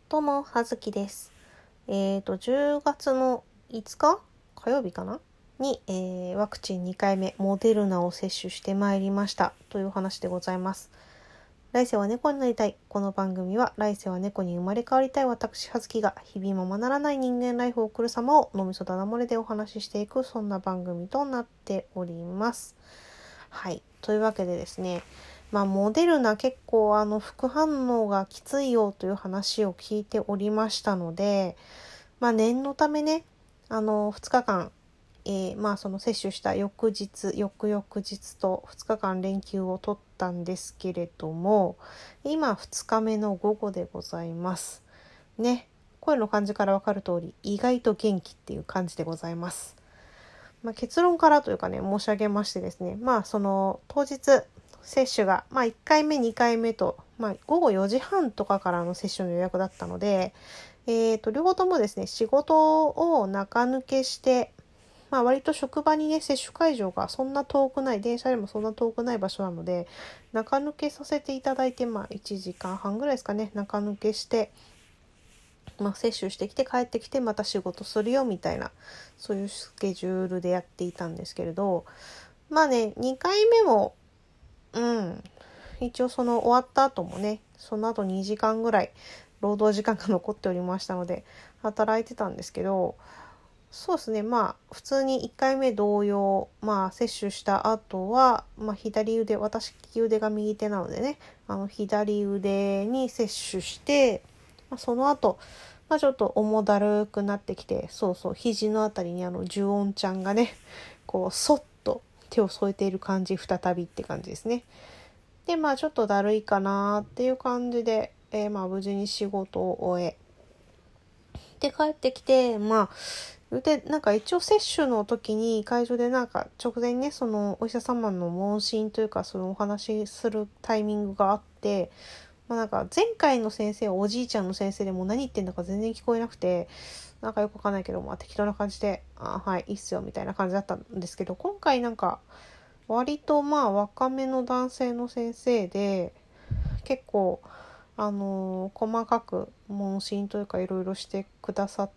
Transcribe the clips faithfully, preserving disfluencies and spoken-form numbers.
どうも、はずきです。えっと、じゅうがつのいつか火曜日かなに、えーワクチンにかいめモデルナを接種してまいりましたという話でございます。来世は猫になりたい。この番組は来世は猫に生まれ変わりたい私はずきが日々ままならない人間ライフを送る様を脳みそだだ漏れでお話ししていく、そんな番組となっております。はい。というわけでですね、まあ、モデルナ結構あの副反応がきついよという話を聞いておりましたので、まあ、念のためね、あのふつかかん、えー、まあその接種した翌日、翌々日とふつかかん連休を取ったんですけれども、今ふつかめの午後でございます。ね、声の感じからわかる通り、意外と元気っていう感じでございます。まあ、結論からというかね、申し上げましてですね、まあその当日、接種が、まあ、いっかいめにかいめと、まあ、午後よじはんとかからの接種の予約だったので、えーと、両方ともですね、仕事を中抜けして、まあ、割と職場にね、接種会場がそんな遠くない、電車でもそんな遠くない場所なので、中抜けさせていただいて、まあ、いちじかんはんぐらいですかね、中抜けして、まあ、接種してきて帰ってきてまた仕事するよみたいな、そういうスケジュールでやっていたんですけれど、まあね、にかいめも、うん、一応その終わった後もね、その後にじかんぐらい労働時間が残っておりましたので働いてたんですけど、そうですね、まあ普通にいっかいめ同様、まあ接種した後は、まあ、左腕、私利き腕が右手なのでね、あの左腕に接種して、まあ、その後、まあ、ちょっと重だるくなってきて、そうそう、肘のあたりにあの呪音ちゃんがね、こうそっと手を添えている感じ、再びって感じですね。で、まあちょっとだるいかなっていう感じで、えー、まあ無事に仕事を終え、で帰ってきて、まあ、で、なんか一応接種の時に会場でなんか直前にね、そのお医者様の問診というかそのお話しするタイミングがあって、まあなんか前回の先生はおじいちゃんの先生でも何言ってんだか全然聞こえなくて、なんかよくわかんないけど、まあ適当な感じで、あ、はい、いいっすよみたいな感じだったんですけど、今回なんか割とまあ若めの男性の先生で、結構あのー細かく問診というかいろいろしてくださって、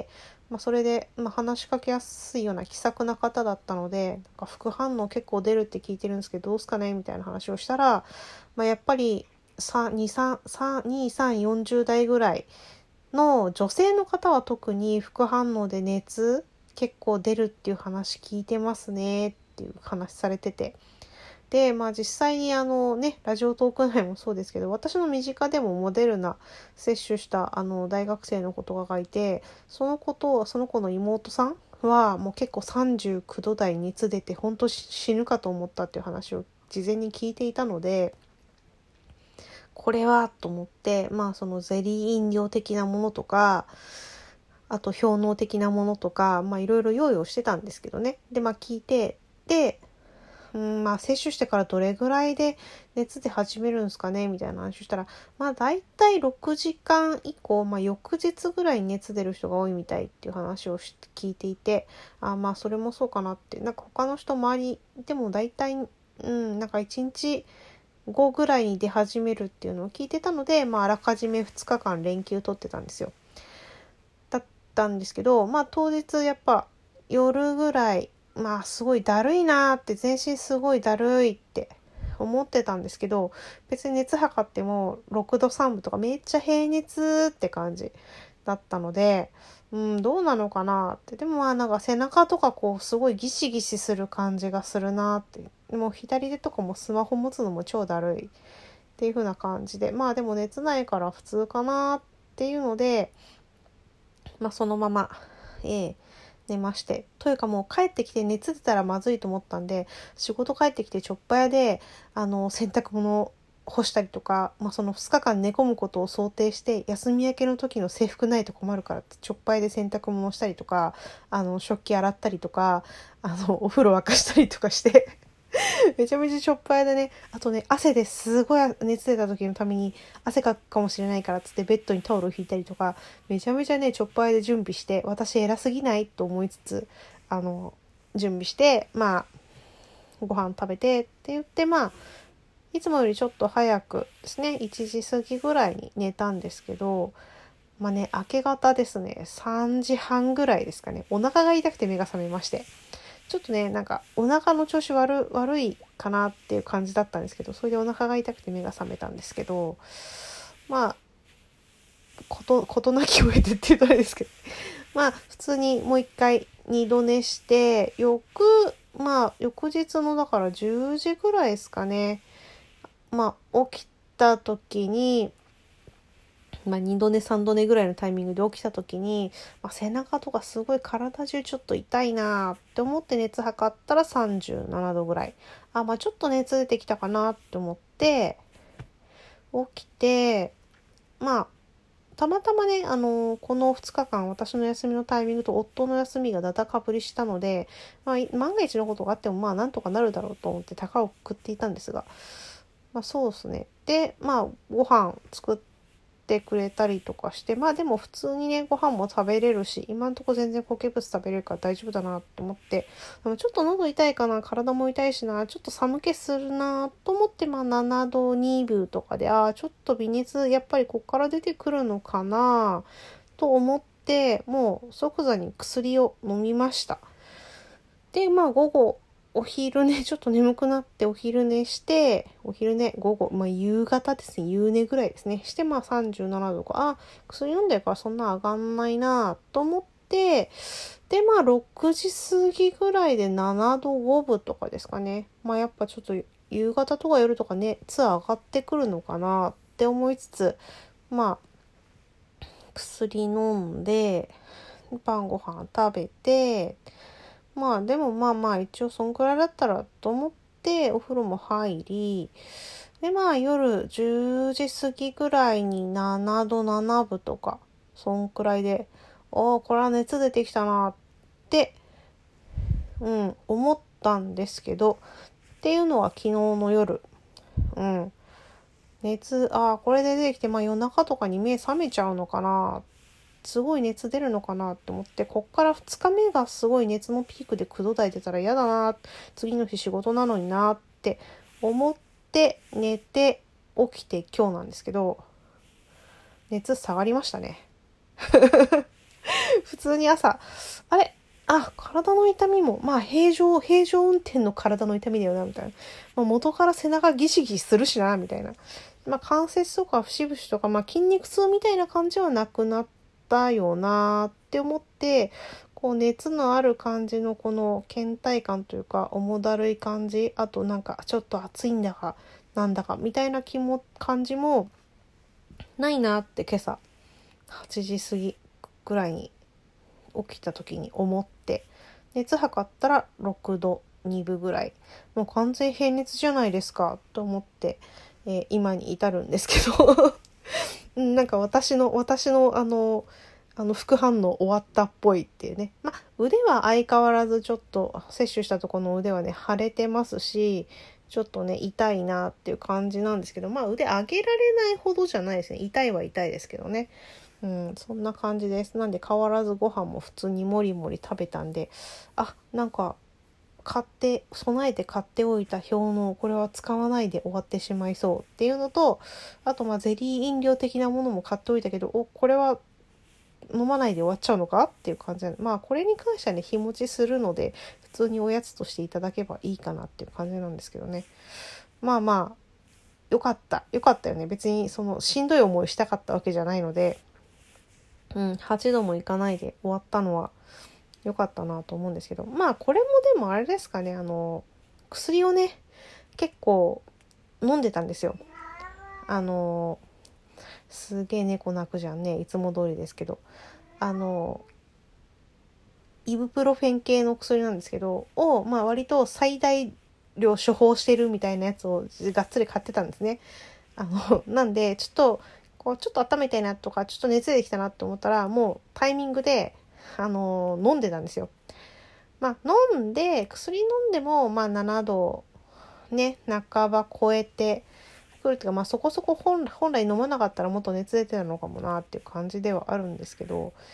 まあ、それで、まあ、話しかけやすいような気さくな方だったので、なんか副反応結構出るって聞いてるんですけどどうすかねみたいな話をしたら、まあ、やっぱりに、さん、よんじゅう代ぐらいの女性の方は特に副反応で熱結構出るっていう話聞いてますねっていう話されてて、で、まあ実際にあのね、ラジオトーク内もそうですけど、私の身近でもモデルナ接種したあの大学生の子とかがいて、その子とその子の妹さんはもう結構さんじゅうきゅうど台熱出て本当死ぬかと思ったっていう話を事前に聞いていたので、これはと思って、まあそのゼリー飲料的なものとか、あと氷嚢的なものとか、まあいろいろ用意をしてたんですけどね。で、まあ聞いて、で、うん、まあ接種してからどれぐらいで熱出始めるんですかねみたいな話をしたら、まあ大体ろくじかん以降、まあ翌日ぐらいに熱出る人が多いみたいっていう話を聞いていて、あ、まあそれもそうかなって、なんか他の人周りでも大体、うん、なんかいちにちごぐらいに出始めるっていうのを聞いてたので、まああらかじめふつかかん連休取ってたんですよ。だったんですけど、まあ当日やっぱ夜ぐらい、まあすごいだるいなーって、全身すごいだるいって思ってたんですけど、別に熱測ってもろくどさんぶとかめっちゃ平熱って感じだったので、うん、どうなのかなって。でもまあなんか背中とかこうすごいギシギシする感じがするなって。でも左手とかもスマホ持つのも超だるいっていう風な感じで、まあでも熱ないから普通かなっていうので、まあそのまま、えー寝まして。というかもう帰ってきて熱出たらまずいと思ったんで、仕事帰ってきてちょっぱ屋で、あの、洗濯物を干したりとか、まあそのふつかかん寝込むことを想定して、休み明けの時の制服ないと困るからって、ちょっぱ屋で洗濯物をしたりとか、あの、食器洗ったりとか、あの、お風呂沸かしたりとかしてめちゃめちゃしょっぱいでね、あとね、汗ですごい熱出た時のために汗かくかもしれないからっつってベッドにタオルを引いたりとか、めちゃめちゃね、ちょっぱいで準備して、私偉すぎないと思いつつ、あの、準備して、まあ、ご飯食べてって言って、まあ、いつもよりちょっと早くですね、いちじ過ぎぐらいに寝たんですけど、 まあね、明け方ですね、さんじはんぐらいですかね、お腹が痛くて目が覚めまして、ちょっとね、なんかお腹の調子悪、悪いかなっていう感じだったんですけど、それでお腹が痛くて目が覚めたんですけど、まあ、こと、ことなきを得てっていうとあれですけど、まあ、普通にもう一回二度寝して、翌、まあ、翌日のだからじゅうじぐらいですかね、まあ、起きた時に、まあ、にど寝さんど寝ぐらいのタイミングで起きた時に、まあ、背中とかすごい体中ちょっと痛いなって思って熱測ったらさんじゅうななどぐらい。あ、まあちょっと熱出てきたかなって思って、起きて、まあ、たまたまね、あのーこのふつかかん私の休みのタイミングと夫の休みがだだかぶりしたので、まあ、万が一のことがあってもまあなんとかなるだろうと思って高をくくっていたんですが、まあそうですね。で、まあご飯作ってくれたりとかして、まあでも普通にね、ご飯も食べれるし、今んとこ全然固形物食べれるから大丈夫だなと思って、でもちょっと喉痛いかな、体も痛いしな、ちょっと寒気するなと思って、まあななどにぶとかで、ああ、ちょっと微熱、やっぱりこっから出てくるのかなと思って、もう即座に薬を飲みました。で、まあ午後、お昼寝、ちょっと眠くなってお昼寝して、お昼寝、午後、まあ夕方ですね、夕寝ぐらいですね。して、まあさんじゅうななどか、あ、薬飲んでるからそんな上がんないなと思って、で、まあろくじ過ぎぐらいでななどごぶとかですかね。まあやっぱちょっと夕方とか夜とかね、熱上がってくるのかなって思いつつ、まあ薬飲んで、晩ご飯食べて、まあでもまあまあ一応そんくらいだったらと思ってお風呂も入り、でまあ夜じゅうじ過ぎぐらいにななどななぶとか、そんくらいで、おーこれは熱出てきたなって、うん、思ったんですけど、っていうのは昨日の夜、うん、熱、ああ、これで出てきて、まあ夜中とかに目覚めちゃうのかな、すごい熱出るのかなって思って、こっからふつかめがすごい熱のピークでくど台出たら嫌だな、次の日仕事なのになって思って寝て起きて今日なんですけど、熱下がりましたね。普通に朝、あれあ、体の痛みも、まあ平常、平常運転の体の痛みだよな、みたいな。まあ、元から背中ギシギシするしな、みたいな。まあ関節とか節々とか、まあ筋肉痛みたいな感じはなくなったよなって思って、こう熱のある感じのこの倦怠感というか、重だるい感じ、あとなんかちょっと暑いんだか、なんだか、みたいな気も、感じもないなって今朝、はちじ過ぎぐらいに起きた時に思って、熱測ったらろくどにぶぐらい、もう完全平熱じゃないですかと思って、えー今に至るんですけどなんか私の私のあのあの副反応終わったっぽいっていうね。まあ腕は相変わらずちょっと摂取したところの腕はね腫れてますし、ちょっとね痛いなっていう感じなんですけど、まあ腕上げられないほどじゃないですね。痛いは痛いですけどね。うん、そんな感じです。なんで変わらずご飯も普通にもりもり食べたんで、あ、なんか買って備えて買っておいた表のこれは使わないで終わってしまいそうっていうのと、あとまあゼリー飲料的なものも買っておいたけど、おこれは飲まないで終わっちゃうのかっていう感じで、まあこれに関してはね日持ちするので普通におやつとしていただけばいいかなっていう感じなんですけどね。まあまあよかったよかったよね。別にそのしんどい思いしたかったわけじゃないので、うん、はちどもいかないで終わったのは良かったなと思うんですけど、まあこれもでもあれですかね、あの薬をね結構飲んでたんですよ。あのすげえ猫鳴くじゃんね、いつも通りですけど、あのイブプロフェン系の薬なんですけどを、まあ割と最大量処方してるみたいなやつをがっつり買ってたんですね。あのなんでちょっとこうちょっと温めたいなとか、ちょっと熱出てきたなと思ったらもうタイミングであの飲んでたんですよ。まあ飲んで薬飲んでもまあななどね半ば超えてくるっていうか、まあそこそこ本本来飲まなかったらもっと熱出てたのかもなっていう感じではあるんですけど、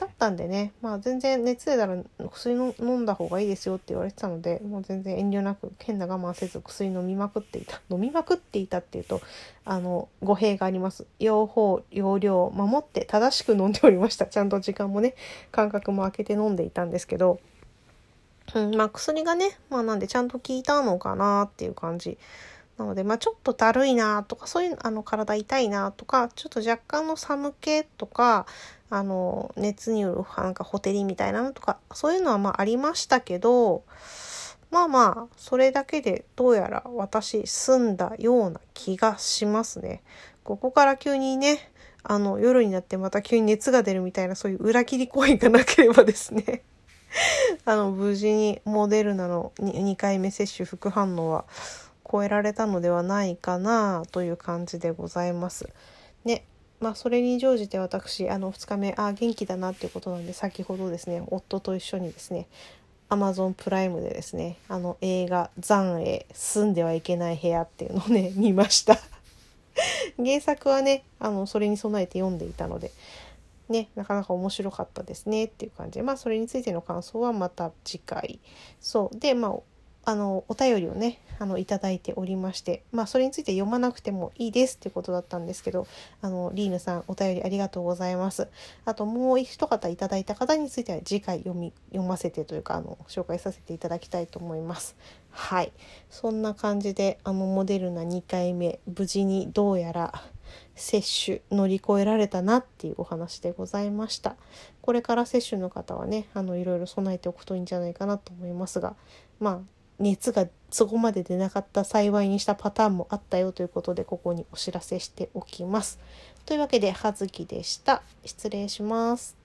だったんでね、まあ全然熱出たら薬の飲んだ方がいいですよって言われてたので、もう全然遠慮なく変な我慢せず薬飲みまくっていた。飲みまくっていたっていうと、あの、語弊があります。用法、用量を守って正しく飲んでおりました。ちゃんと時間もね、間隔も空けて飲んでいたんですけど、うん、まあ薬がね、まあなんでちゃんと効いたのかなっていう感じ。なので、まあちょっとだるいなとか、そういう、あの、体痛いなとか、ちょっと若干の寒気とか、あの、熱によるなんかほてりみたいなのとか、そういうのはまあありましたけど、まあまあ、それだけでどうやら私済んだような気がしますね。ここから急にね、あの、夜になってまた急に熱が出るみたいな、そういう裏切り行為がなければですね、あの、無事にモデルナの 2, にかいめ接種副反応は超えられたのではないかなという感じでございます。ね。まあそれに乗じて私、あのふつかめ、あ、元気だなっていうことなんで、先ほどですね、夫と一緒にですね、Amazon プライムでですね、あの映画残影、住んではいけない部屋っていうのをね、見ました。原作はね、あの、それに備えて読んでいたので、ね、なかなか面白かったですねっていう感じで、まあそれについての感想はまた次回。そう。で、まあ、あの、お便りをね、あの、いただいておりまして、まあそれについて読まなくてもいいですっていうことだったんですけど、あの、リーヌさんお便りありがとうございます。あともう一方いただいた方については次回読み、読ませてというか、あの、紹介させていただきたいと思います。はい。そんな感じで、あの、モデルナにかいめ、無事にどうやら、接種乗り越えられたなっていうお話でございました。これから接種の方はね、あのいろいろ備えておくといいんじゃないかなと思いますが、まあ熱がそこまで出なかった幸いにしたパターンもあったよということで、ここにお知らせしておきます。というわけで、はずきでした。失礼します。